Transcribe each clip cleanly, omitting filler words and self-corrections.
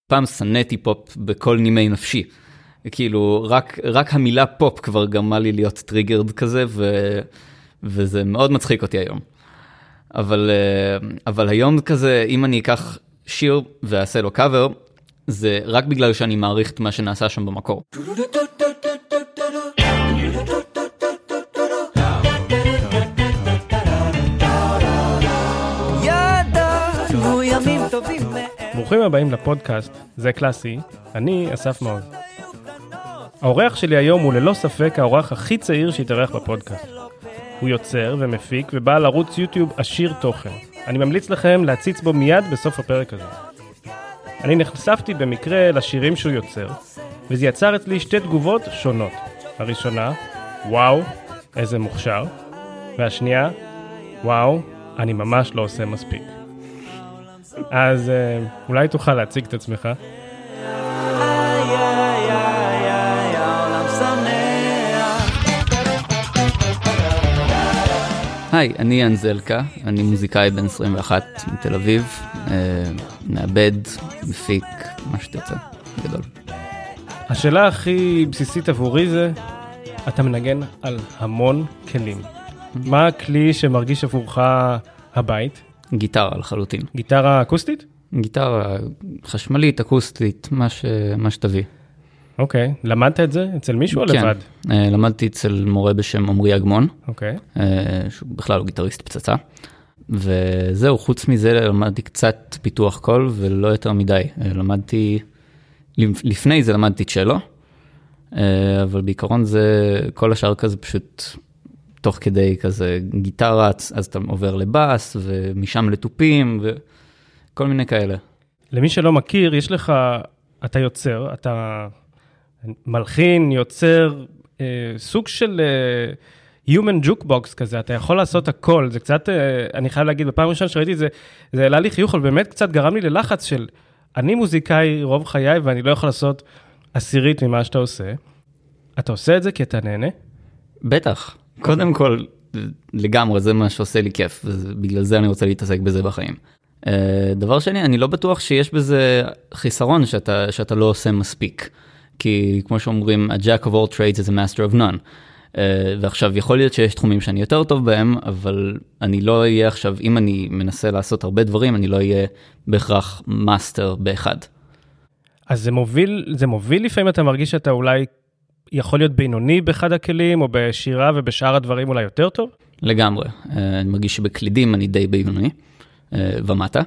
פעם סנאתי פופ בכל נימי נפשי. כאילו, רק המילה פופ כבר גרמה לי להיות טריגרד כזה, וזה מאוד מצחיק אותי היום. אבל היום כזה, אם אני אקח שיר ואעשה לו קאבר, זה רק בגלל שאני מעריך את מה שנעשה שם במקור. ברוכים הבאים לפודקאסט, זה קלאסי, אני אסף מעוז. האורח שלי היום הוא ללא ספק האורח הכי צעיר שהתארח בפודקאסט. הוא יוצר ומפיק ובעל ערוץ יוטיוב עשיר תוכן. אני ממליץ לכם להציץ בו מיד בסוף הפרק הזה. אני נחשפתי במקרה לשירים שהוא יוצר, וזה יצר אצלי שתי תגובות שונות. הראשונה, וואו, איזה מוכשר. והשנייה, וואו, אני ממש לא עושה מספיק. אז אולי תוכל להציג את עצמך? היי, אני אנזלקה, אני מוזיקאי בן 21 מתל אביב, מעבד, מפיק, מה שתרצה, גדול. השאלה הכי בסיסית עבורי זה, אתה מנגן על המון כלים. מה הכלי שמרגיש עבורך הבית? גיטרה לחלוטין. גיטרה אקוסטית? גיטרה חשמלית, אקוסטית, מה שתביא. אוקיי, למדת את זה אצל מישהו או לבד? כן, למדתי אצל מורה בשם עמרי אגמון, שהוא בכלל הוא גיטריסט פצצה, וזהו, חוץ מזה למדתי קצת פיתוח קול ולא יותר מדי. לפני זה למדתי צ'לו, אבל בעיקרון זה, כל השאר כזה פשוט תוך כדי כזה גיטרה, אז אתה עובר לבאס ומשם לטופים וכל מיני כאלה. למי שלא מכיר, יש לך, אתה יוצר, אתה מלחין, יוצר, סוג של human jukebox כזה, אתה יכול לעשות הכל, זה קצת, אני חייב להגיד, בפעם ראשונה שראיתי את זה, זה העלה לי חיוך, אבל באמת קצת גרם לי ללחץ של, אני מוזיקאי רוב חיי, ואני לא יכול לעשות עשירית ממה שאתה עושה. אתה עושה את זה כי אתה נהנה? בטח. קודם כל, לגמרי, זה מה שעושה לי כיף, ובגלל זה אני רוצה להתעסק בזה בחיים. דבר שני, אני לא בטוח שיש בזה חיסרון שאתה לא עושה מספיק. כי כמו שאומרים, a jack of all trades is a master of none. ועכשיו יכול להיות שיש תחומים שאני יותר טוב בהם, אבל אני לא אהיה עכשיו, אם אני מנסה לעשות הרבה דברים, אני לא אהיה בהכרח מאסטר באחד. אז זה מוביל לפעמים אתה מרגיש שאתה אולי יכול להיות בינוני באחד הכלים, או בשירה ובשאר הדברים אולי יותר טוב? לגמרי. אני מרגיש שבקלידים אני די בינוני, ומטה.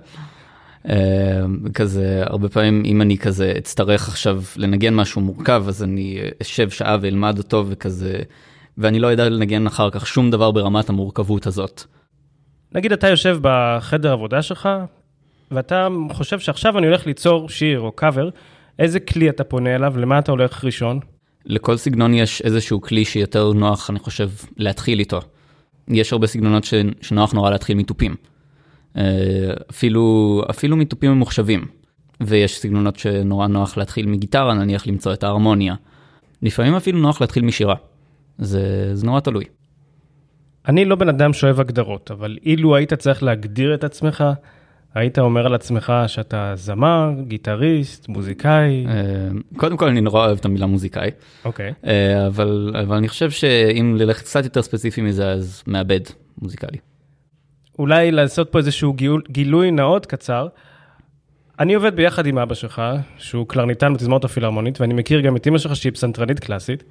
כזה, הרבה פעמים אם אני כזה אצטרך עכשיו לנגן משהו מורכב, אז אני אשב שעה ואלמד אותו וכזה, ואני לא יודע לנגן אחר כך שום דבר ברמת המורכבות הזאת. נגיד אתה יושב בחדר עבודה שלך, ואתה חושב שעכשיו אני הולך ליצור שיר או קאבר, איזה כלי אתה פונה אליו, למה אתה הולך ראשון? לכל סגנון יש איזשהו כלי שיותר נוח, אני חושב, להתחיל איתו. יש הרבה סגנונות שנוח נורא להתחיל מטופים. אפילו מטופים ממוחשבים. ויש סגנונות שנורא נוח להתחיל מגיטרה, נניח למצוא את ההרמוניה. לפעמים אפילו נוח להתחיל משירה. זה נורא תלוי. אני לא בן אדם שאוהב הגדרות, אבל אילו היית צריך להגדיר את עצמך, היית אומר על עצמך שאתה זמר, גיטריסט, מוזיקאי? קודם כל אני נורא אוהב את המילה מוזיקאי. אוקיי. אבל אני חושב שאם ללכת קצת יותר ספציפי מזה, אז מעבד מוזיקלי. אולי לעשות פה איזשהו גילוי נאות קצר. אני עובד ביחד עם אבא שלך, שהוא קלרניטן בתזמורת הפילהרמונית, ואני מכיר גם את אמא שלך שהיא פסנתרנית קלאסית.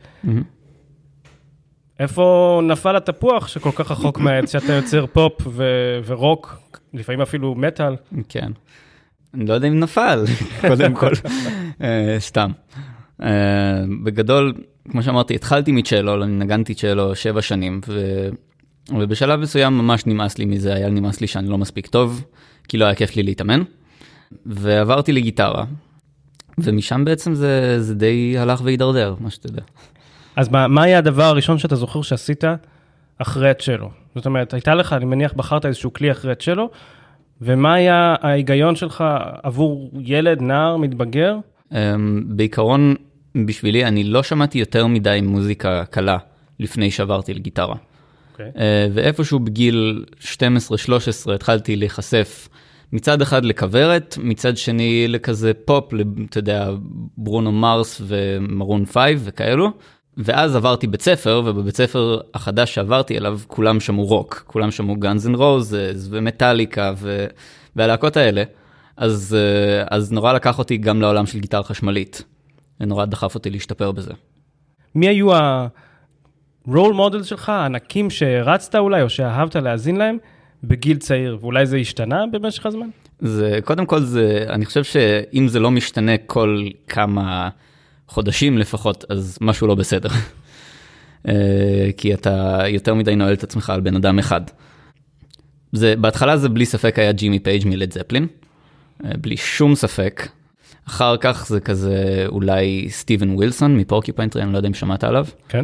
איפה נפל התפוח שכל כך רחוק מהעץ, שאתה יוצר פופ ורוק, לפעמים אפילו מטל? כן. אני לא יודע אם נפל, קודם כל. סתם. בגדול, כמו שאמרתי, התחלתי מצ'לו, אני נגנתי צ'לו 7 שנים, ובשלב מסוים ממש נמאס לי מזה, היה נמאס לי שאני לא מספיק טוב, כי לא היה כיף לי להתאמן, ועברתי לגיטרה, ומשם בעצם זה די הלך והידרדר, מה שאתה יודע. אז מה היה הדבר הראשון שאתה זוכר שעשית אחרי הצ'לו? זאת אומרת, הייתה לך, אני מניח, בחרת איזשהו כלי אחרי הצ'לו, ומה היה ההיגיון שלך עבור ילד, נער, מתבגר? בעיקרון, בשבילי, אני לא שמעתי יותר מדי מוזיקה קלה לפני שעברתי לגיטרה. ואיפשהו בגיל 12-13 התחלתי להיחשף מצד אחד לכברת, מצד שני לכזה פופ, אתה יודע, ברונו מרס ומרון 5 וכאלו, ואז עברתי בית ספר, ובבית ספר החדש שעברתי אליו, כולם שמעו רוק, כולם שמעו גאנז אנד רוזס ומטליקה והלהקות האלה, אז נורא לקח אותי גם לעולם של גיטרה חשמלית, ונורא דחף אותי להשתפר בזה. מי היו הרול מודל שלך, הענקים שרצת אולי, או שאהבת להאזין להם, בגיל צעיר, ואולי זה השתנה במשך הזמן? קודם כל, אני חושב שאם זה לא משתנה כל כמה חודשים לפחות, אז משהו לא בסדר. כי אתה יותר מדי נועל את עצמך על בן אדם אחד. בהתחלה זה בלי ספק היה ג'ימי פייג' מלד זפלין, בלי שום ספק. אחר כך זה כזה אולי סטיבן ווילסון מפורקיפיין טרי, אני לא יודע אם שמעת עליו. כן.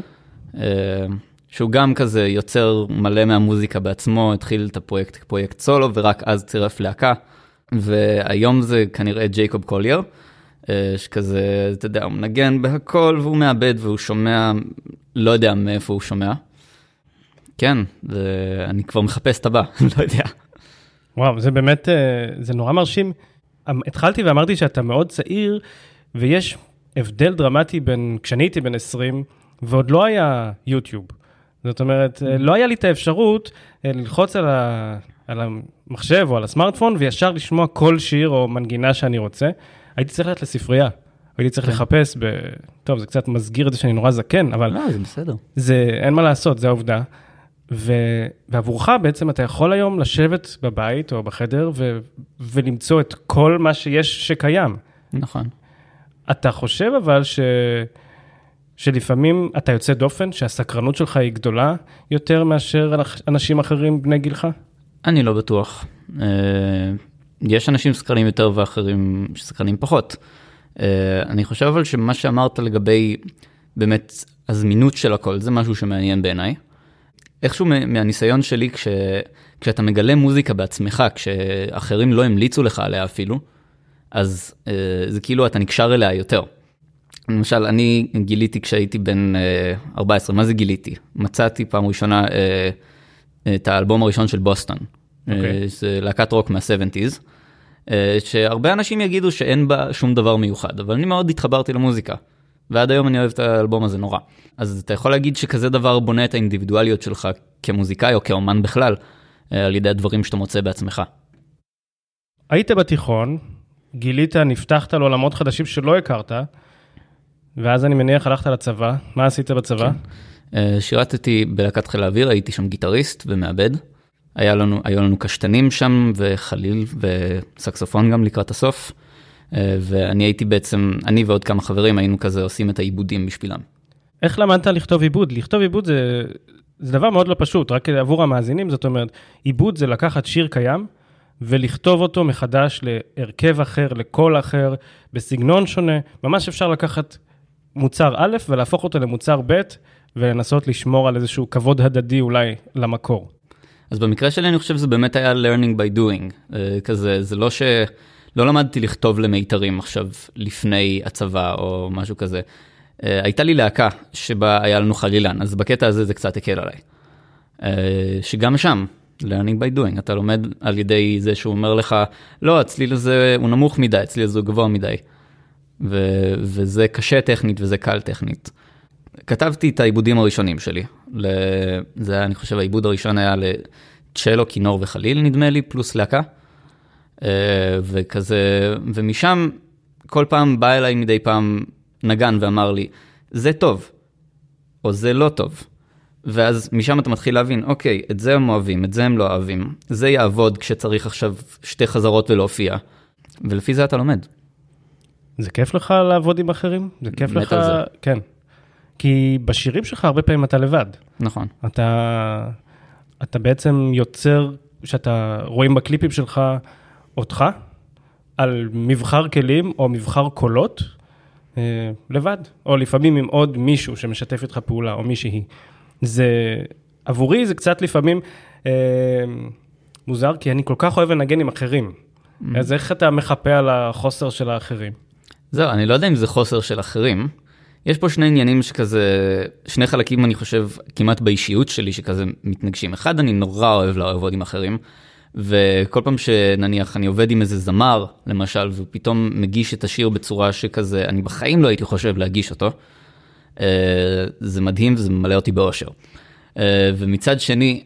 שהוא גם כזה יוצר מלא מהמוזיקה בעצמו, התחיל את הפרויקט כפרויקט סולו, ורק אז צירף להקה. והיום זה כנראה ג'ייקוב קולייר, שכזה, אתה יודע, הוא מנגן בהכל, והוא מאבד, והוא שומע, לא יודע מאיפה הוא שומע. כן, אני כבר מחפש את הבא, לא יודע. וואו, זה באמת, זה נורא מרשים. התחלתי ואמרתי שאתה מאוד צעיר, ויש הבדל דרמטי בין, כשאני הייתי בן 20, ועוד לא היה יוטיוב. זאת אומרת, לא היה לי את האפשרות ללחוץ על המחשב או על הסמארטפון, וישר לשמוע כל שיר או מנגינה שאני רוצה. הייתי צריך ללכת לספרייה. הייתי צריך לחפש טוב, זה קצת מסגיר את זה שאני נורא זקן, אבל... לא, זה בסדר. אין מה לעשות, זה העובדה. ועבורך בעצם אתה יכול היום לשבת בבית או בחדר ולמצוא את כל מה שיש שקיים. נכון. אתה חושב אבל שלפעמים אתה יוצא דופן, שהסקרנות שלך היא גדולה יותר מאשר אנשים אחרים בני גילך? אני לא בטוח. יש אנשים סקרנים יותר ואחרים שסקרנים פחות. אני חושב אבל שמה שאמרת לגבי באמת הזמינות של הכל, זה משהו שמעניין בעיניי. איכשהו מהניסיון שלי, כשאתה מגלה מוזיקה בעצמך, כשאחרים לא המליצו לך עליה אפילו, אז זה כאילו אתה נקשר אליה יותר. למשל, אני גיליתי כשהייתי בן 14, מה זה גיליתי? מצאתי פעם ראשונה את האלבום הראשון של בוסטון. זה להקת רוק מה-70s, שהרבה אנשים יגידו שאין בה שום דבר מיוחד, אבל אני מאוד התחברתי למוזיקה, ועד היום אני אוהב את האלבום הזה נורא. אז אתה יכול להגיד שכזה דבר בונה את האינדיבידואליות שלך כמוזיקאי או כאומן בכלל, על ידי הדברים שאתה מוצא בעצמך. היית בתיכון, גילית, נפתחת לעולמות חדשים שלא הכרת, ואז אני מניח הלכת לצבא. מה עשית בצבא? כן. שירתתי בלהקת חיל האוויר, הייתי שם גיטריסט ומעבד. היו לנו קשתנים שם, וחליל וסקסופון גם לקראת הסוף. ואני הייתי בעצם, אני ועוד כמה חברים היינו כזה עושים את העיבודים בשבילם. איך למדת לכתוב עיבוד? לכתוב עיבוד זה דבר מאוד לא פשוט, רק עבור המאזינים. זאת אומרת, עיבוד זה לקחת שיר קיים, ולכתוב אותו מחדש להרכב אחר, לקול אחר, בסגנון שונה. ממש אפשר לקחת מוצר א' ולהפוך אותו למוצר ב', ולנסות לשמור על איזשהו כבוד הדדי אולי למקור. אז במקרה שלי אני חושב שזה באמת היה learning by doing. כזה, זה לא לא למדתי לכתוב למיתרים עכשיו לפני הצבא או משהו כזה. הייתה לי להקה שבה היה לנו חלילן, אז בקטע הזה זה קצת הקל עליי. שגם שם, learning by doing, אתה לומד על ידי זה שהוא אומר לך, לא, הצליל הזה הוא נמוך מדי, הצליל הזה הוא גבוה מדי. וזה קשה טכנית וזה קל טכנית. כתבתי את העיבודים הראשונים שלי. זה, אני חושב, העיבוד הראשון היה לצ'לו, כינור וחליל, נדמה לי, פלוס להקה. וכזה, ומשם כל פעם בא אליי מדי פעם נגן ואמר לי, זה טוב, או זה לא טוב. ואז משם אתה מתחיל להבין, אוקיי, את זה הם אוהבים, את זה הם לא אוהבים. זה יעבוד כשצריך עכשיו שתי חזרות ולהופיע. ולפי זה אתה לומד. זה כיף לך לעבוד עם אחרים? זה כיף לך? על זה. כן. כי בשירים שלך הרבה פעמים אתה לבד. נכון. אתה בעצם יוצר, שאתה רואים בקליפים שלך אותך, על מבחר כלים או מבחר קולות, לבד. או לפעמים עם עוד מישהו שמשתף איתך פעולה, או מישהי. עבורי זה קצת לפעמים מוזר, כי אני כל כך אוהב לנגן עם אחרים. אז איך אתה מחפה על החוסר של האחרים? זהו, אני לא יודע אם זה חוסר של אחרים. יש פה שני עניינים שכזה, שני חלקים אני חושב כמעט באישיות שלי שכזה מתנגשים. אחד, אני נורא אוהב לעבוד עם אחרים, וכל פעם שנניח אני עובד עם איזה זמר, למשל, ופתאום מגיש את השיר בצורה שכזה, אני בחיים לא הייתי חושב להגיש אותו, זה מדהים וזה ממלא אותי באושר. ומצד שני,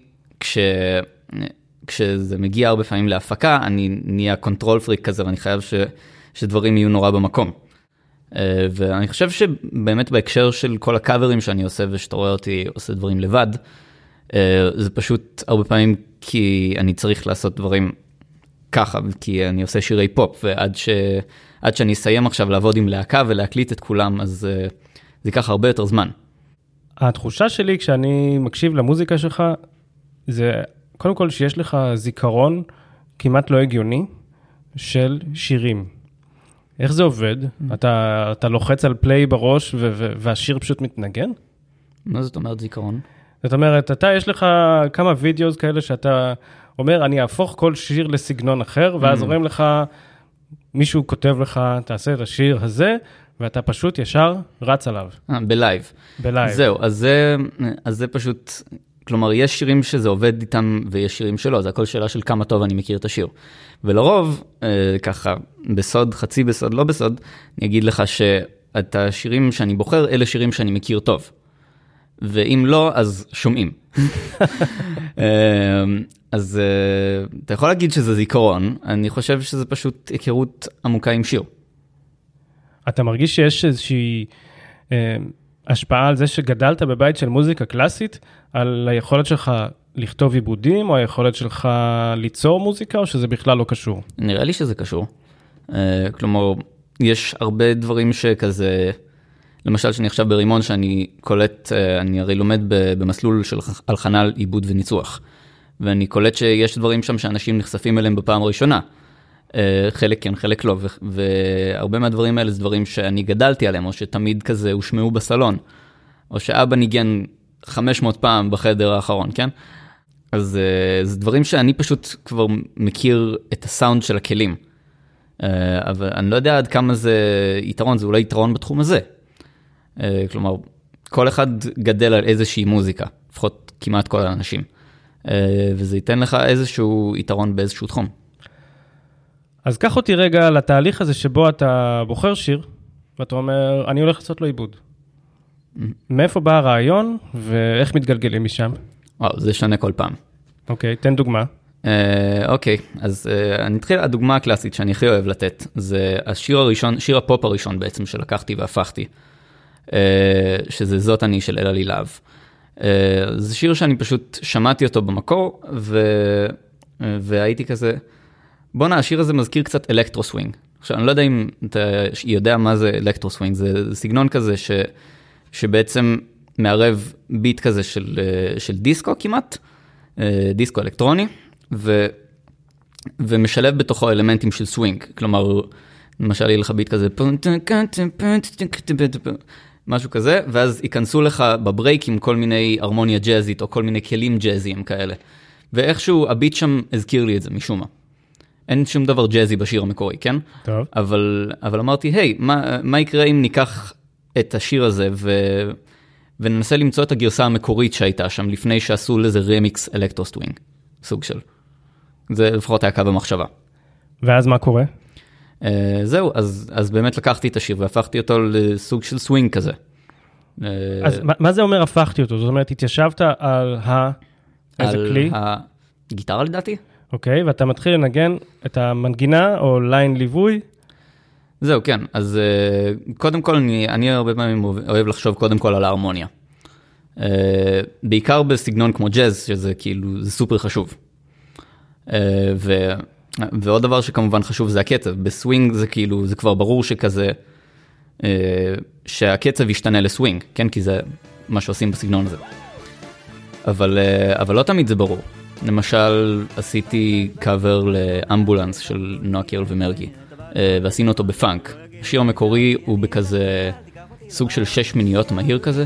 כשזה מגיע הרבה פעמים להפקה, אני נהיה קונטרול פריק כזה, ואני חייב שדברים יהיו נורא במקום. ואני חושב שבאמת בהקשר של כל הקאברים שאני עושה, ושאתה רואה אותי עושה דברים לבד, זה פשוט הרבה פעמים כי אני צריך לעשות דברים ככה, כי אני עושה שירי פופ, ועד שאני אסיים עכשיו לעבוד עם להקה ולהקליט את כולם, אז זה ייקח הרבה יותר זמן. התחושה שלי כשאני מקשיב למוזיקה שלך, זה קודם כל שיש לך זיכרון כמעט לא הגיוני של שירים. איך זה עובד? אתה לוחץ על פליי בראש והשיר פשוט מתנגן? מה זאת אומרת זיכרון? זאת אומרת, יש לך כמה וידאוס כאלה שאתה אומר, אני אהפוך כל שיר לסגנון אחר, ואז אומרים לך, מישהו כותב לך, תעשה את השיר הזה, ואתה פשוט ישר רץ עליו. בלייב. בלייב. זהו, אז זה פשוט, כלומר, יש שירים שזה עובד איתם, ויש שירים שלא, זה הכל שאלה של כמה טוב אני מכיר את השיר. ולרוב, ככה, בסוד, חצי בסוד, לא בסוד, אני אגיד לך שאת השירים שאני בוחר, אלה שירים שאני מכיר טוב. ואם לא, אז שומעים. אז אתה יכול להגיד שזה זיכרון, אני חושב שזה פשוט היכרות עמוקה עם שיר. אתה מרגיש שיש איזושהי השפעה על זה שגדלת בבית של מוזיקה קלאסית, על היכולת שלך לכתוב עיבודים, או היכולת שלך ליצור מוזיקה, או שזה בכלל לא קשור? נראה לי שזה קשור. כלומר, יש הרבה דברים שכזה, למשל שאני עכשיו ברימון שאני קולט, אני הרי לומד במסלול של הלחנה על עיבוד וניצוח, ואני קולט שיש דברים שם שאנשים נחשפים אליהם בפעם הראשונה. חלק כן, חלק לא, והרבה מהדברים האלה זה דברים שאני גדלתי עליהם, או שתמיד כזה הושמעו בסלון, או שאבא ניגן 500 פעם בחדר האחרון, כן? אז זה דברים שאני פשוט כבר מכיר את הסאונד של הכלים. אבל אני לא יודע עד כמה זה יתרון, זה אולי יתרון בתחום הזה. כלומר, כל אחד גדל על איזושהי מוזיקה, לפחות כמעט כל האנשים. וזה ייתן לך איזשהו יתרון באיזשהו תחום. אז קח אותי רגע לתהליך הזה שבו אתה בוחר שיר, ואתה אומר, אני הולך לעשות לו עיבוד. מאיפה בא הרעיון, ואיך מתגלגלים משם? וואו, זה שונה כל פעם. אוקיי, תן דוגמה. אוקיי, אז אני אתחיל, הדוגמה הקלאסית שאני הכי אוהב לתת, זה השיר הראשון, שיר הפופ הראשון בעצם שלקחתי והפכתי, שזה זאת אני של אלה לי להב. זה שיר שאני פשוט שמעתי אותו במקור, והייתי כזה, בוא'נה, השיר הזה מזכיר קצת אלקטרו סווינג. עכשיו, אני לא יודע אם אתה יודע מה זה אלקטרו סווינג, זה סגנון כזה שבעצם מערב ביט כזה של דיסקו כמעט, דיסקו אלקטרוני, ומשלב בתוכו אלמנטים של סווינג. כלומר, למשל, יהיה לך ביט כזה, משהו כזה, ואז ייכנסו לך בברייק עם כל מיני הרמוניה ג'אזית, או כל מיני כלים ג'אזיים כאלה. ואיכשהו הביט שם הזכיר לי את זה משום מה. אין שום דבר ג'אזי בשיר המקורי, כן? טוב. אבל אמרתי, היי, מה יקרה אם ניקח את השיר הזה וננסה למצוא את הגרסה המקורית שהייתה שם, לפני שעשו לזה רמיקס אלקטרוסטווינג, סוג של. זה לפחות היה קו המחשבה. ואז מה קורה? זהו, אז באמת לקחתי את השיר והפכתי אותו לסוג של סווינג כזה. אז מה זה אומר הפכתי אותו? זאת אומרת, התיישבת על איזה כלי? על הגיטרה לדעתי. אוקיי, ואתה מתחיל לנגן את המנגינה או ליין ליווי? זהו, כן. אז קודם כל, אני הרבה פעמים אוהב לחשוב קודם כל על ההרמוניה. בעיקר בסגנון כמו ג'אז, שזה כאילו, זה סופר חשוב. ועוד דבר שכמובן חשוב זה הקצב. בסווינג זה כאילו, זה כבר ברור שכזה, שהקצב ישתנה לסווינג, כן? כי זה מה שעושים בסגנון הזה. אבל לא תמיד זה ברור. למשל, עשיתי קאבר לאמבולנס של נועה קירל ומרגי, ועשינו אותו בפאנק. השיר המקורי הוא בכזה סוג של 6 מיניות מהיר כזה,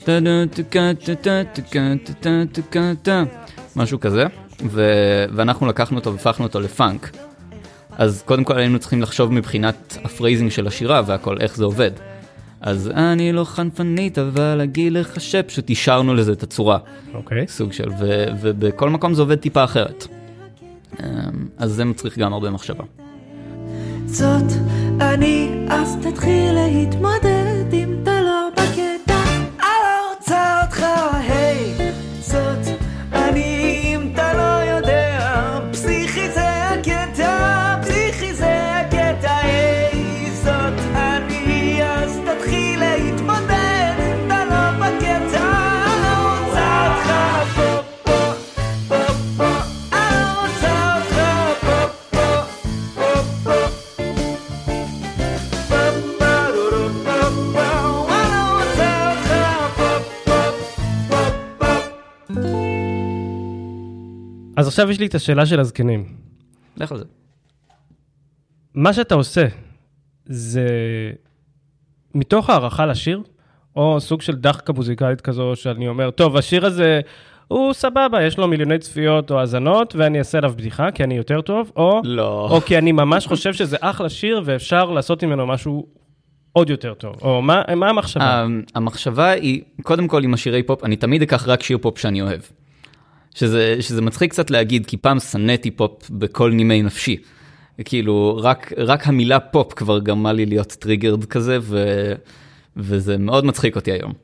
משהו כזה, ואנחנו לקחנו אותו והפכנו אותו לפאנק. אז קודם כל היינו צריכים לחשוב מבחינת הפרייזינג של השירה והכל, איך זה עובד. אז אני לא חנפנית, אבל אגיד לך שפשוט אישרנו לזה את הצורה. אוקיי. סוג של, ובכל מקום זה עובד טיפה אחרת. אז זה מצריך גם הרבה מחשבה. זאת אני, אז תתחיל להתמודד אם אתה לא בקטע, אני רוצה אותך, היי, זאת אני, אם אתה לא יודע, פסיכי זה הקטע, פסיכי זה הקטע, היי, זאת אני, אז תתחיל להתמודד אם אתה לא בקטע, אני רוצה אותך פה פה פה פה, אני רוצה אותך פה פה פה פה. אז עכשיו יש לי את השאלה של הזקנים. לך על זה. מה שאתה עושה, זה מתוך הערכה לשיר, או סוג של דחקה מוזיקלית כזו, שאני אומר, טוב, השיר הזה הוא סבבה, יש לו מיליוני צפיות או האזנות, ואני אעשה עליו בדיחה, כי אני יותר טוב, לא. או כי אני ממש חושב שזה אחלה שיר, ואפשר לעשות ממנו משהו עוד יותר טוב. או מה המחשבה? המחשבה היא, קודם כל עם השירי פופ, אני תמיד אקח רק שיר פופ שאני אוהב. שזה מצחיק קצת להגיד, כי פעם סנאתי פופ בכל נימי נפשי. כאילו, רק המילה פופ כבר גרמה לי להיות טריגרד כזה, וזה מאוד מצחיק אותי היום.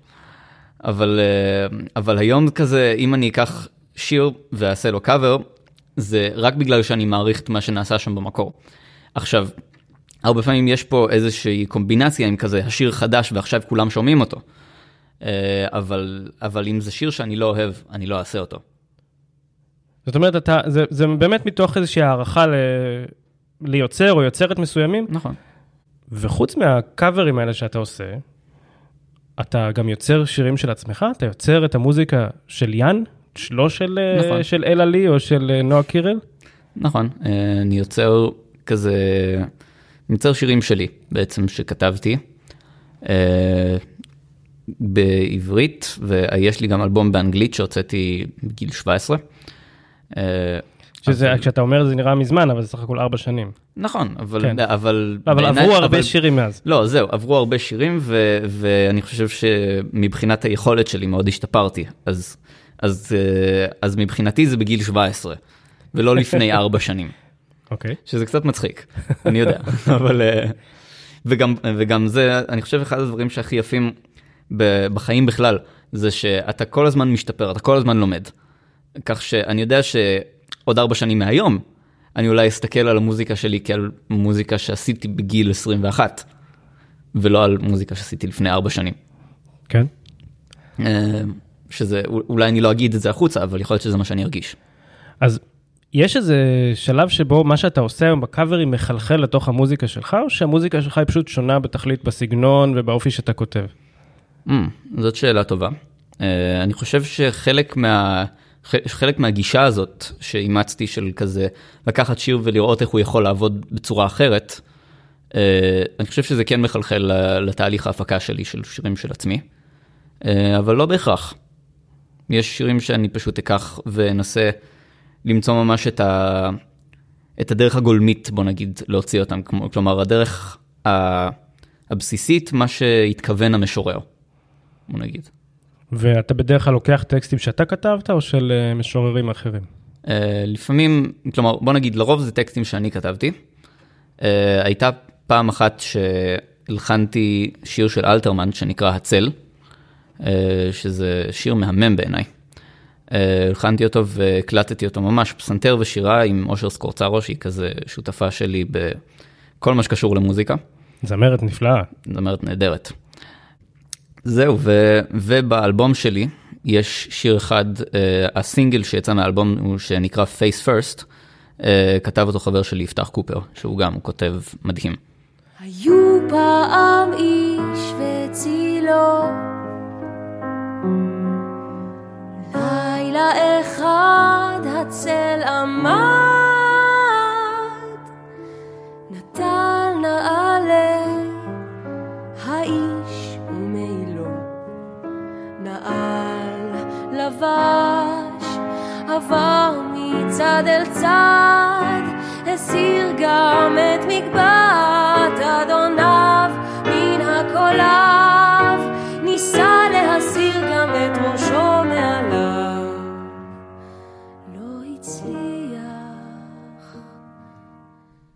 אבל היום כזה, אם אני אקח שיר ואעשה לו קאבר, זה רק בגלל שאני מעריך את מה שנעשה שם במקור. עכשיו, הרבה פעמים יש פה איזושהי קומבינציה עם כזה, השיר חדש ועכשיו כולם שומעים אותו. אבל אם זה שיר שאני לא אוהב, אני לא אעשה אותו. זאת אומרת, זה באמת מתוך איזושהי הערכה ליוצר או יוצרת מסוימים? נכון. וחוץ מהקאברים האלה שאתה עושה, אתה גם יוצר שירים של עצמך? אתה יוצר את המוזיקה של יאן? לא של, נכון. של אלה לי או של נועה קירל? נכון. אני יוצר כזה, יוצר שירים שלי בעצם שכתבתי בעברית, ויש לי גם אלבום באנגלית שהוצאתי בגיל 17. שזה, כשאתה אומר זה נראה מזמן, אבל זה סך הכל 4 שנים. נכון, כן. אבל עברו הרבה שירים מאז. לא, זהו, עברו הרבה שירים, ואני חושב שמבחינת היכולת שלי מאוד השתפרתי, אז מבחינתי זה בגיל 17, ולא לפני 4 שנים. אוקיי. שזה קצת מצחיק, אני יודע, אבל, וגם זה, אני חושב אחד הדברים שהכי יפים בחיים בכלל, זה שאתה כל הזמן משתפר, אתה כל הזמן לומד. כך שאני יודע שעוד 4 שנים מהיום, אני אולי אסתכל על המוזיקה שלי כעל מוזיקה שעשיתי בגיל 21, ולא על מוזיקה שעשיתי לפני 4 שנים. כן. שזה, אולי אני לא אגיד את זה החוצה, אבל יכול להיות שזה מה שאני ארגיש. אז יש איזה שלב שבו מה שאתה עושה היום בקאברים מחלחל לתוך המוזיקה שלך, או שהמוזיקה שלך היא פשוט שונה בתכלית בסגנון ובאופי שאתה כותב? זאת שאלה טובה. אני חושב חלק מהגישה הזאת שאימצתי של כזה לקחת שיר ולראות איך הוא יכול לעבוד בצורה אחרת, אני חושב שזה כן מחלחל לתהליך ההפקה שלי של שירים של עצמי, אבל לא בהכרח. יש שירים שאני פשוט אקח ונסה למצוא ממש את הדרך הגולמית, בוא נגיד, להוציא אותם, כלומר הדרך הבסיסית, מה שהתכוון המשורר, בוא נגיד. ואתה בדרך כלל לוקח טקסטים שאתה כתבת, או של משוררים אחרים? לפעמים, כלומר, בוא נגיד, לרוב זה טקסטים שאני כתבתי. הייתה פעם אחת שהלחנתי שיר של אלתרמן, שנקרא הצל, שזה שיר מהמם בעיניי. הלחנתי אותו והקלטתי אותו ממש פסנתר ושירה עם אושר סקורצרו, שהיא כזה שותפה שלי בכל מה שקשור למוזיקה. זמרת נפלאה. זמרת נהדרת. זהו, ובאלבום שלי יש שיר אחד, הסינגל שיצא מהאלבום הוא שנקרא Face First, כתב אותו חבר שלי, יפתח קופר, שהוא גם כותב מדהים. היו פעם איש וצילו, לילה אחד הצל עמד, נטל נעלי האיש ומילו, נעל לבש, עבר מצד אל צד, הסיר גם את מגבעת אדוניו מן הקולב, ניסה להסיר גם את ראשו מעליו, לא הצליח.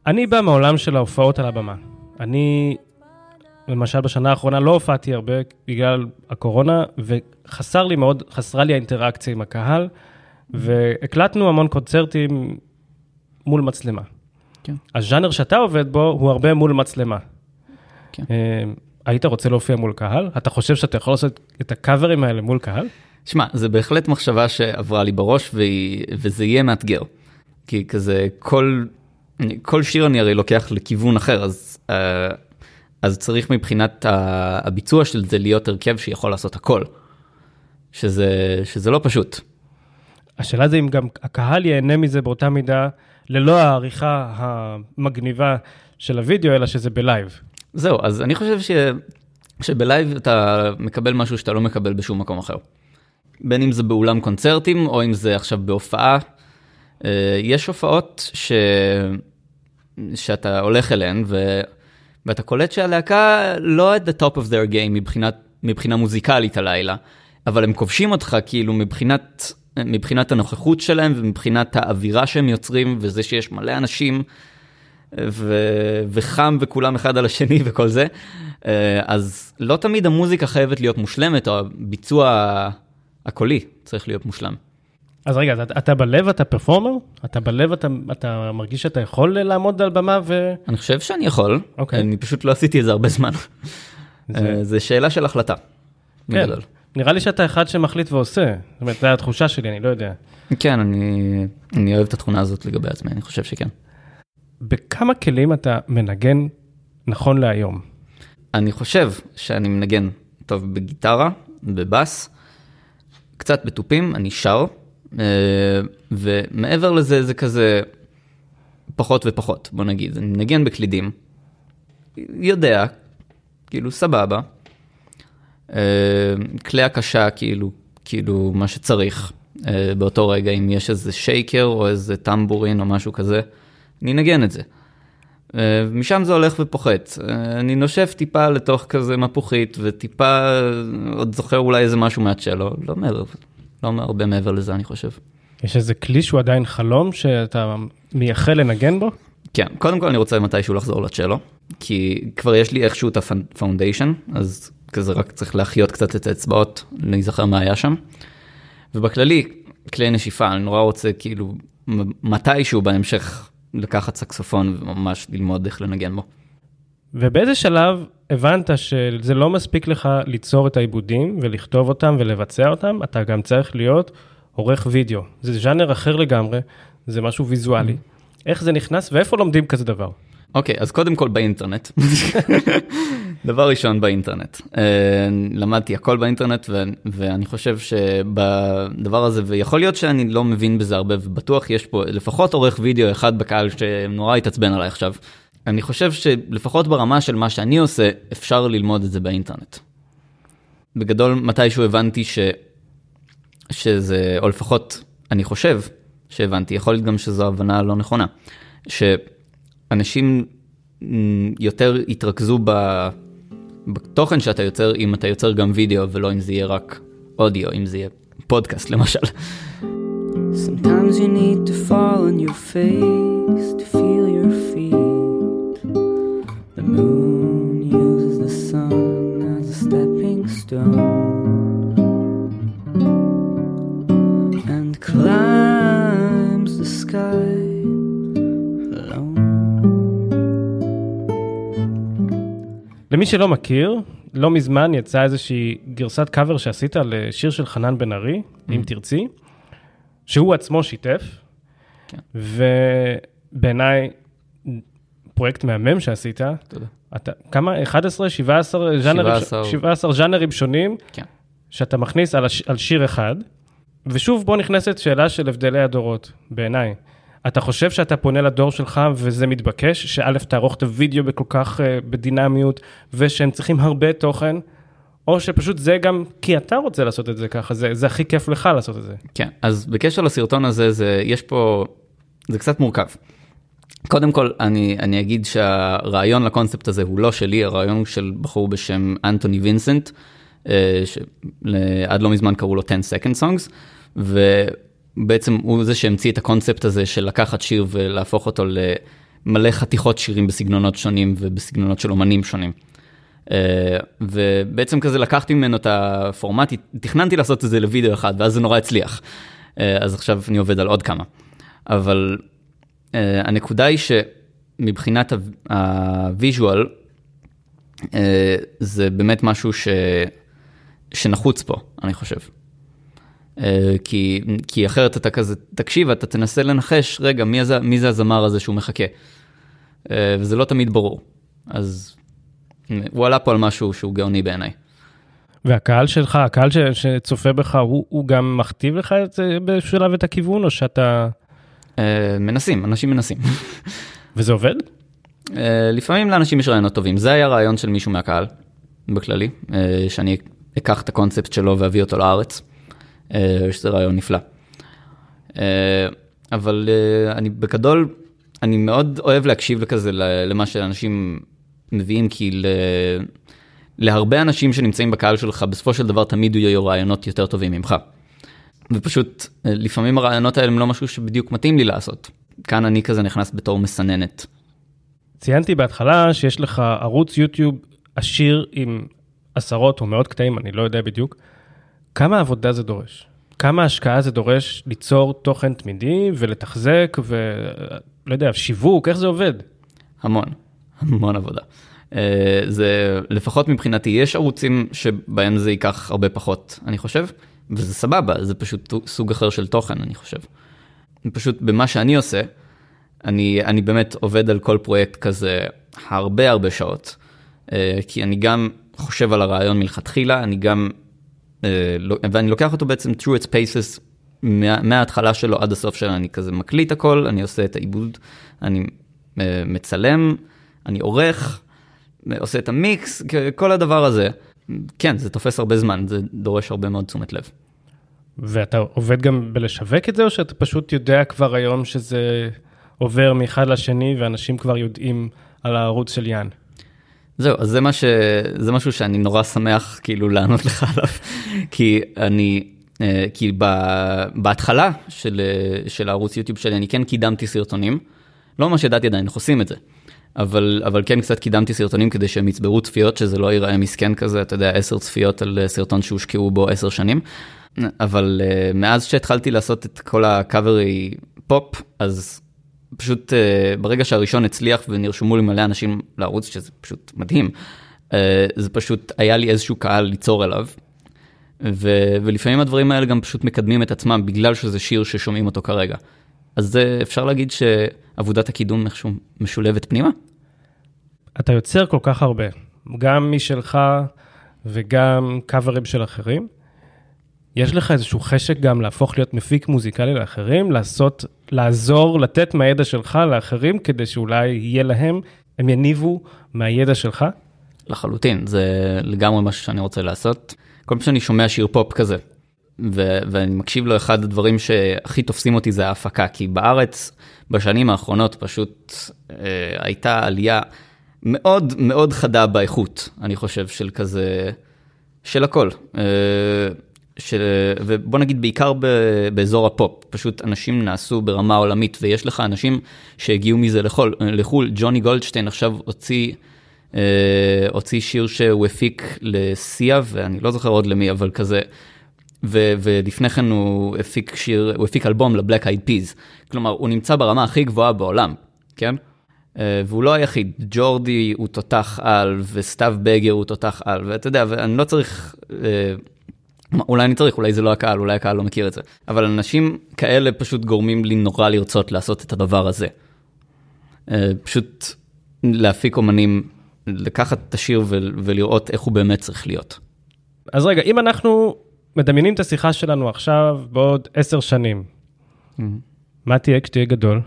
אני בא מעולם של ההופעות על הבמה. אני, למשל, בשנה האחרונה לא הופעתי הרבה בגלל הקורונה, חסרה לי האינטראקציה עם הקהל, והקלטנו המון קונצרטים מול מצלמה. כן. הז'אנר שאתה עובד בו הוא הרבה מול מצלמה. כן. היית רוצה להופיע מול קהל? אתה חושב שאתה יכול לעשות את הקאברים האלה מול קהל? שמע, זה בהחלט מחשבה שעברה לי בראש, וזה יהיה מאתגר. כי כזה, כל שיר אני הרי לוקח לכיוון אחר, אז צריך מבחינת הביצוע של זה להיות הרכב שיכול לעשות הכל. שזה לא פשוט. השאלה זה אם גם הקהל ייהנה מזה באותה מידה, ללא העריכה המגניבה של הוידאו, אלא שזה בלייב. זהו, אז אני חושב שבלייב אתה מקבל משהו שאתה לא מקבל בשום מקום אחר. בין אם זה באולם קונצרטים, או אם זה עכשיו בהופעה. יש הופעות שאתה הולך אליהן, ואתה קולט שהלהקה לא at the top of their game מבחינה מוזיקלית הלילה, אבל הם כובשים אותך כאילו מבחינת הנוכחות שלהם, ומבחינת האווירה שהם יוצרים, וזה שיש מלא אנשים, וחם וכולם אחד על השני וכל זה. אז לא תמיד המוזיקה חייבת להיות מושלמת, או הביצוע הקולי צריך להיות מושלם. אז רגע, אתה בלב, אתה פרפורמר? אתה בלב, אתה מרגיש שאתה יכול לעמוד על במה אני חושב שאני יכול, אני פשוט לא עשיתי את זה הרבה זמן. זה שאלה של החלטה. כן, נראה לי שאתה אחד שמחליט ועושה. זאת אומרת, זו התחושה שלי, אני לא יודע. כן, אני אוהב את התכונה הזאת לגבי עצמי, אני חושב שכן. בכמה כלים אתה מנגן נכון להיום? אני חושב שאני מנגן טוב בגיטרה, בבאס, קצת בטופים, אני שר, ומעבר לזה זה כזה פחות ופחות, בוא נגיד. אני מנגן בקלידים, יודע, כאילו סבבה, כלי הקשה כאילו מה שצריך באותו רגע, אם יש איזה שייקר או איזה טמבורין או משהו כזה, אני נגן את זה. משם זה הולך ופוחת. אני נושף טיפה לתוך כזה מפוחית, וטיפה עוד זוכר אולי איזה משהו מהצ'לו, לא הרבה מעבר לזה אני חושב. יש איזה כלי שהוא עדיין חלום שאתה מייחל לנגן בו? כן, קודם כל אני רוצה מתישהו לחזור לצ'לו, כי כבר יש לי איכשהו את הפאונדיישן, אז כזה רק צריך להחיות קצת את האצבעות, להיזכר מה היה שם. ובכללי, כלי נשיפה, אני נורא רוצה כאילו מתישהו בהמשך לקחת סקסופון וממש ללמוד איך לנגן בו. ובאיזה שלב הבנת שזה לא מספיק לך ליצור את העיבודים ולכתוב אותם ולבצע אותם, אתה גם צריך להיות עורך וידאו. זה ז'אנר אחר לגמרי, זה משהו ויזואלי. איך זה נכנס ואיפה לומדים כזה דבר? אוקיי, אז קודם כל באינטרנט. דבר ראשון באינטרנט. למדתי הכל באינטרנט, ואני חושב שבדבר הזה, ויכול להיות שאני לא מבין בזה הרבה, ובטוח יש פה לפחות עורך וידאו אחד בקהל שנורא התעצבן עליי עכשיו. אני חושב שלפחות ברמה של מה שאני עושה, אפשר ללמוד את זה באינטרנט. בגדול, מתישהו הבנתי שזה, או לפחות אני חושב שהבנתי, יכול להיות גם שזו הבנה לא נכונה, שאנשים יותר יתרכזו בתוכן שאתה יוצר, אם אתה יוצר גם וידאו, ולא אם זה יהיה רק אודיו, אם זה יהיה פודקאסט למשל. Sometimes you need to fall on your face to feel your feet. The moon uses the sun as a stepping stone and climbs the sky alone. למי שלא מכיר, לא מזמן יצאה איזושהי גרסת קאבר שעשית לשיר של חנן בן ארי, אם תרצי, שהוא עצמו שיתף, כן. ובעיניי פרויקט מהמם שעשית, תודה. כמה? 11, 17 ז'אנרים שונים, כן. שאתה מכניס על שיר אחד, ושוב בוא נכנסת שאלה של הבדלי הדורות, בעיניי. אתה חושב שאתה פונה לדור שלך וזה מתבקש, שא' תערוך את הוידאו בכל כך בדינמיות, ושהם צריכים הרבה תוכן, או שפשוט זה גם כי אתה רוצה לעשות את זה ככה, זה הכי כיף לך לעשות את זה. כן, אז בקשר לסרטון הזה, יש פה, זה קצת מורכב. קודם כל, אני אגיד שהרעיון לקונספט הזה הוא לא שלי, הרעיון הוא של בחור בשם אנטוני וינסנט, עד לא מזמן קראו לו 10 Second Songs, ובעצם הוא זה שהמציא את הקונספט הזה של לקחת שיר ולהפוך אותו מלא חתיכות שירים בסגנונות שונים ובסגנונות של אומנים שונים. ובעצם כזה לקחתי ממנו את הפורמט, תכננתי לעשות את זה לוידאו אחד, ואז זה נורא הצליח. אז עכשיו אני עובד על עוד כמה. אבל הנקודה היא שמבחינת הוויז'ואל, זה באמת משהו שנחוץ פה, אני חושב. כי אחרת אתה כזה תקשיב, אתה תנסה לנחש, רגע, מי זה הזמר הזה שהוא מחכה? וזה לא תמיד ברור. אז הוא עלה פה על משהו שהוא גאוני בעיניי. והקהל שלך, הקהל שצופה בך, הוא גם מכתיב לך בשלב את הכיוון, או שאתה... מנסים, אנשים מנסים. וזה עובד? לפעמים לאנשים יש רעיונות טובים. זה היה רעיון של מישהו מהקהל, בכללי, שאני אקח את הקונספט שלו ואביא אותו לארץ, שזה רעיון נפלא. אבל אני בגדול, אני מאוד אוהב להקשיב לכזה, למה שאנשים מביאים, כי להרבה אנשים שנמצאים בקהל שלך, בסופו של דבר תמיד יהיו רעיונות יותר טובים ממך. ופשוט, לפעמים הרעיונות האלה הם לא משהו שבדיוק מתאים לי לעשות. כאן אני כזה נכנס בתור מסננת. ציינתי בהתחלה שיש לך ערוץ יוטיוב עשיר עם עשרות או מאות קטעים, אני לא יודע בדיוק. כמה עבודה זה דורש? כמה השקעה זה דורש ליצור תוכן תמידי ולתחזק ולא יודע, שיווק, איך זה עובד? המון עבודה. זה לפחות מבחינתי, יש ערוצים שבהם זה ייקח הרבה פחות, אני חושב, וזה סבבה, זה פשוט סוג אחר של תוכן, אני חושב. פשוט במה שאני עושה, אני באמת עובד על כל פרויקט כזה הרבה שעות, כי אני גם חושב על הרעיון מלכתחילה, ואני לוקח אותו בעצם through its paces, מההתחלה שלו עד הסוף שלו, אני כזה מקליט הכל, אני עושה את העיבוד, אני מצלם, אני עורך, עושה את המיקס, כל הדבר הזה. כן, זה תופס הרבה זמן, זה דורש הרבה מאוד תשומת לב. ואתה עובד גם בלשווק את זה, או שאתה פשוט יודע כבר היום שזה עובר מאחד לשני, ואנשים כבר יודעים על הערוץ של יאן? זהו, אז זה משהו שאני נורא שמח כאילו לענות לך עליו, כי בהתחלה של הערוץ יוטיוב שלי, אני כן קידמתי סרטונים, לא ממש ידעתי עדיין, אנחנו עושים את זה, אבל כן קצת קידמתי סרטונים כדי שהם יצברו צפיות, שזה לא ייראה מסכן כזה, אתה יודע, 10 צפיות על סרטון שהושקעו בו 10 שנים, אבל מאז שהתחלתי לעשות את כל הקאברי פופ, אז פשוט ברגע שהראשון הצליח ונרשמו לי מלא אנשים לערוץ, שזה פשוט מדהים, זה פשוט היה לי איזשהו קהל ליצור אליו, ולפעמים הדברים האלה גם פשוט מקדמים את עצמם, בגלל שזה שיר ששומעים אותו כרגע. אז אפשר להגיד שעבודת הקידום איכשהו משולבת פנימה? אתה יוצר כל כך הרבה, גם משלך וגם קאברים של אחרים. יש לך איזשהו חשק גם להפוך להיות מפיק מוזיקלי לאחרים, לעזור, לתת מהידע שלך לאחרים, כדי שאולי יהיה להם, הם יניבו מהידע שלך? לחלוטין, זה לגמרי משהו שאני רוצה לעשות. כל פעם שאני שומע שיר פופ כזה, ואני מקשיב לו, אחד הדברים שהכי תופסים אותי זה ההפקה, כי בארץ בשנים האחרונות פשוט הייתה עלייה מאוד מאוד חדה באיכות, אני חושב, של כזה, של הכל. ובוא נגיד בעיקר באזור הפופ, פשוט אנשים נעשו ברמה עולמית, ויש לך אנשים שהגיעו מזה לחול. ג'וני גולדשטיין עכשיו הוציא שיר שהוא הפיק לסיה, ואני לא זוכר עוד למי, אבל כזה, ולפני כן הוא הפיק אלבום לבלק אייד פיז, כלומר הוא נמצא ברמה הכי גבוהה בעולם, כן? והוא לא היחיד, ג'ורדי הוא תותח על, וסטאב בגר הוא תותח על, ואתה יודע, ואני לא צריך, אולי אני צריך, אולי זה לא הקהל, אולי הקהל לא מכיר את זה, אבל אנשים כאלה פשוט גורמים לי נורא לרצות לעשות את הדבר הזה. פשוט להפיק אומנים, לקחת את השיר ולראות איך הוא באמת צריך להיות. אז רגע, אם אנחנו מדמיינים את השיחה שלנו עכשיו בעוד 10 שנים, מה תהיה כשתהיה גדול?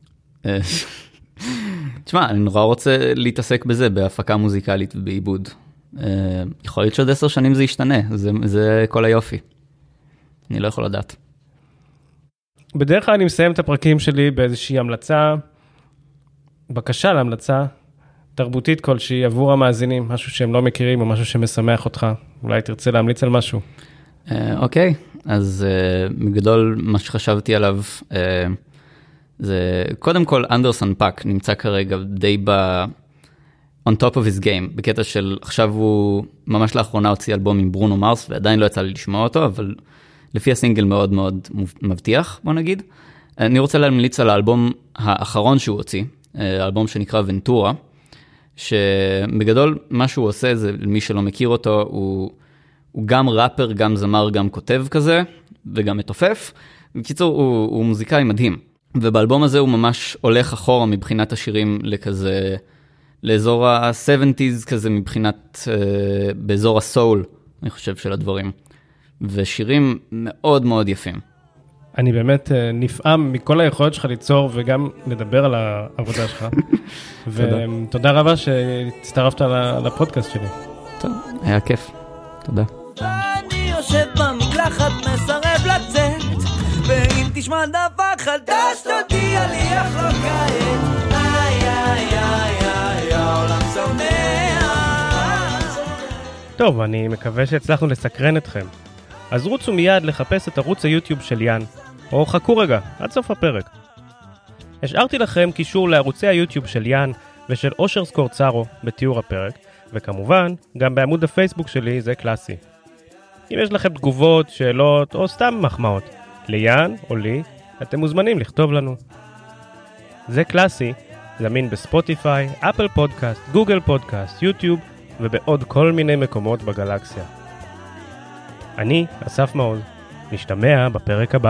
תשמע, אני נורא רוצה להתעסק בזה, בהפקה מוזיקלית ובעיבוד. יכול להיות שעוד 10 שנים זה ישתנה, זה כל היופי. אני לא יכול לדעת. בדרך כלל אני מסיים את הפרקים שלי באיזושהי המלצה, בקשה להמלצה תרבותית כלשהי עבור המאזינים, משהו שהם לא מכירים או משהו שמשמח אותך. אולי תרצה להמליץ על משהו. אוקיי, אז בגדול מה שחשבתי עליו זה קודם כל אנדרסון פאק נמצא כרגע די on top of his game, בקטע של עכשיו הוא ממש לאחרונה הוציא אלבום עם ברונו מרס, ועדיין לא יצא לי לשמוע אותו, אבל לפי הסינגל מאוד מאוד מבטיח, בוא נגיד. אני רוצה להמליץ על האלבום האחרון שהוא הוציא, האלבום שנקרא ונטורה, שבגדול מה שהוא עושה זה, למי שלא מכיר אותו, הוא גם ראפר, גם זמר, גם כותב כזה, וגם מתופף. בקיצור, הוא מוזיקאי מדהים. ובאלבום הזה הוא ממש הולך אחורה מבחינת השירים לכזה, לאזור ה-70s כזה מבחינת, באזור הסול, אני חושב, של הדברים. ושירים מאוד מאוד יפים. אני באמת נפעם מכל היכולת שלך ליצור וגם לדבר על העבודה שלך. ותודה רבה שהצטרפת לפודקאסט שלי. טוב, היה כיף. תודה. אני יושב במקלחת מסרב לצאת, ואם תשמע דבר חדש תודיע לי איך לא כעת. איי איי איי איי העולם שמח. טוב, אני מקווה שהצלחנו לסקרן אתכם. אז רוצו מיד לחפש את ערוץ היוטיוב של יאן, או חכו רגע, עד סוף הפרק. השארתי לכם קישור לערוצי היוטיוב של יאן ושל אושר סקורצרו בתיאור הפרק, וכמובן, גם בעמוד הפייסבוק שלי זה קלאסי. אם יש לכם תגובות, שאלות או סתם מחמאות, ליאן או לי, אתם מוזמנים לכתוב לנו. זה קלאסי, זמין בספוטיפיי, אפל פודקאסט, גוגל פודקאסט, יוטיוב ובעוד כל מיני מקומות בגלקסיה. אני, אסף מעוז, נשתמע בפרק הבא.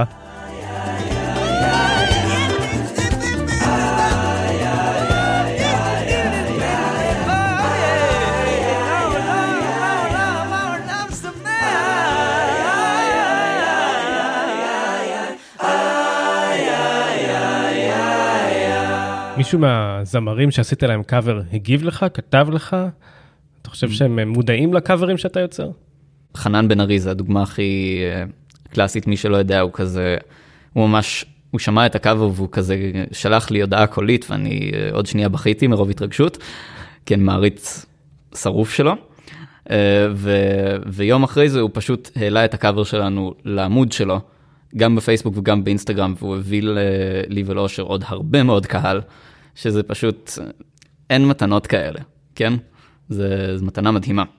מישהו מהזמרים שעשית להם קאבר הגיב לך, כתב לך? אתה חושב שהם מודעים לקאברים שאתה יוצר? חנן בן ארי, זה הדוגמה הכי קלאסית, מי שלא יודע, הוא כזה, הוא ממש, הוא שמע את הקאבר והוא כזה שלח לי הודעה קולית, ואני עוד שנייה בכיתי מרוב התרגשות, כן, מעריץ שרוף שלו, ויום אחרי זה הוא פשוט העלה את הקאבר שלנו לעמוד שלו, גם בפייסבוק וגם באינסטגרם, והוא הביא לי ולאושר עוד הרבה מאוד קהל, שזה פשוט, אין מתנות כאלה, כן? זה מתנה מדהימה.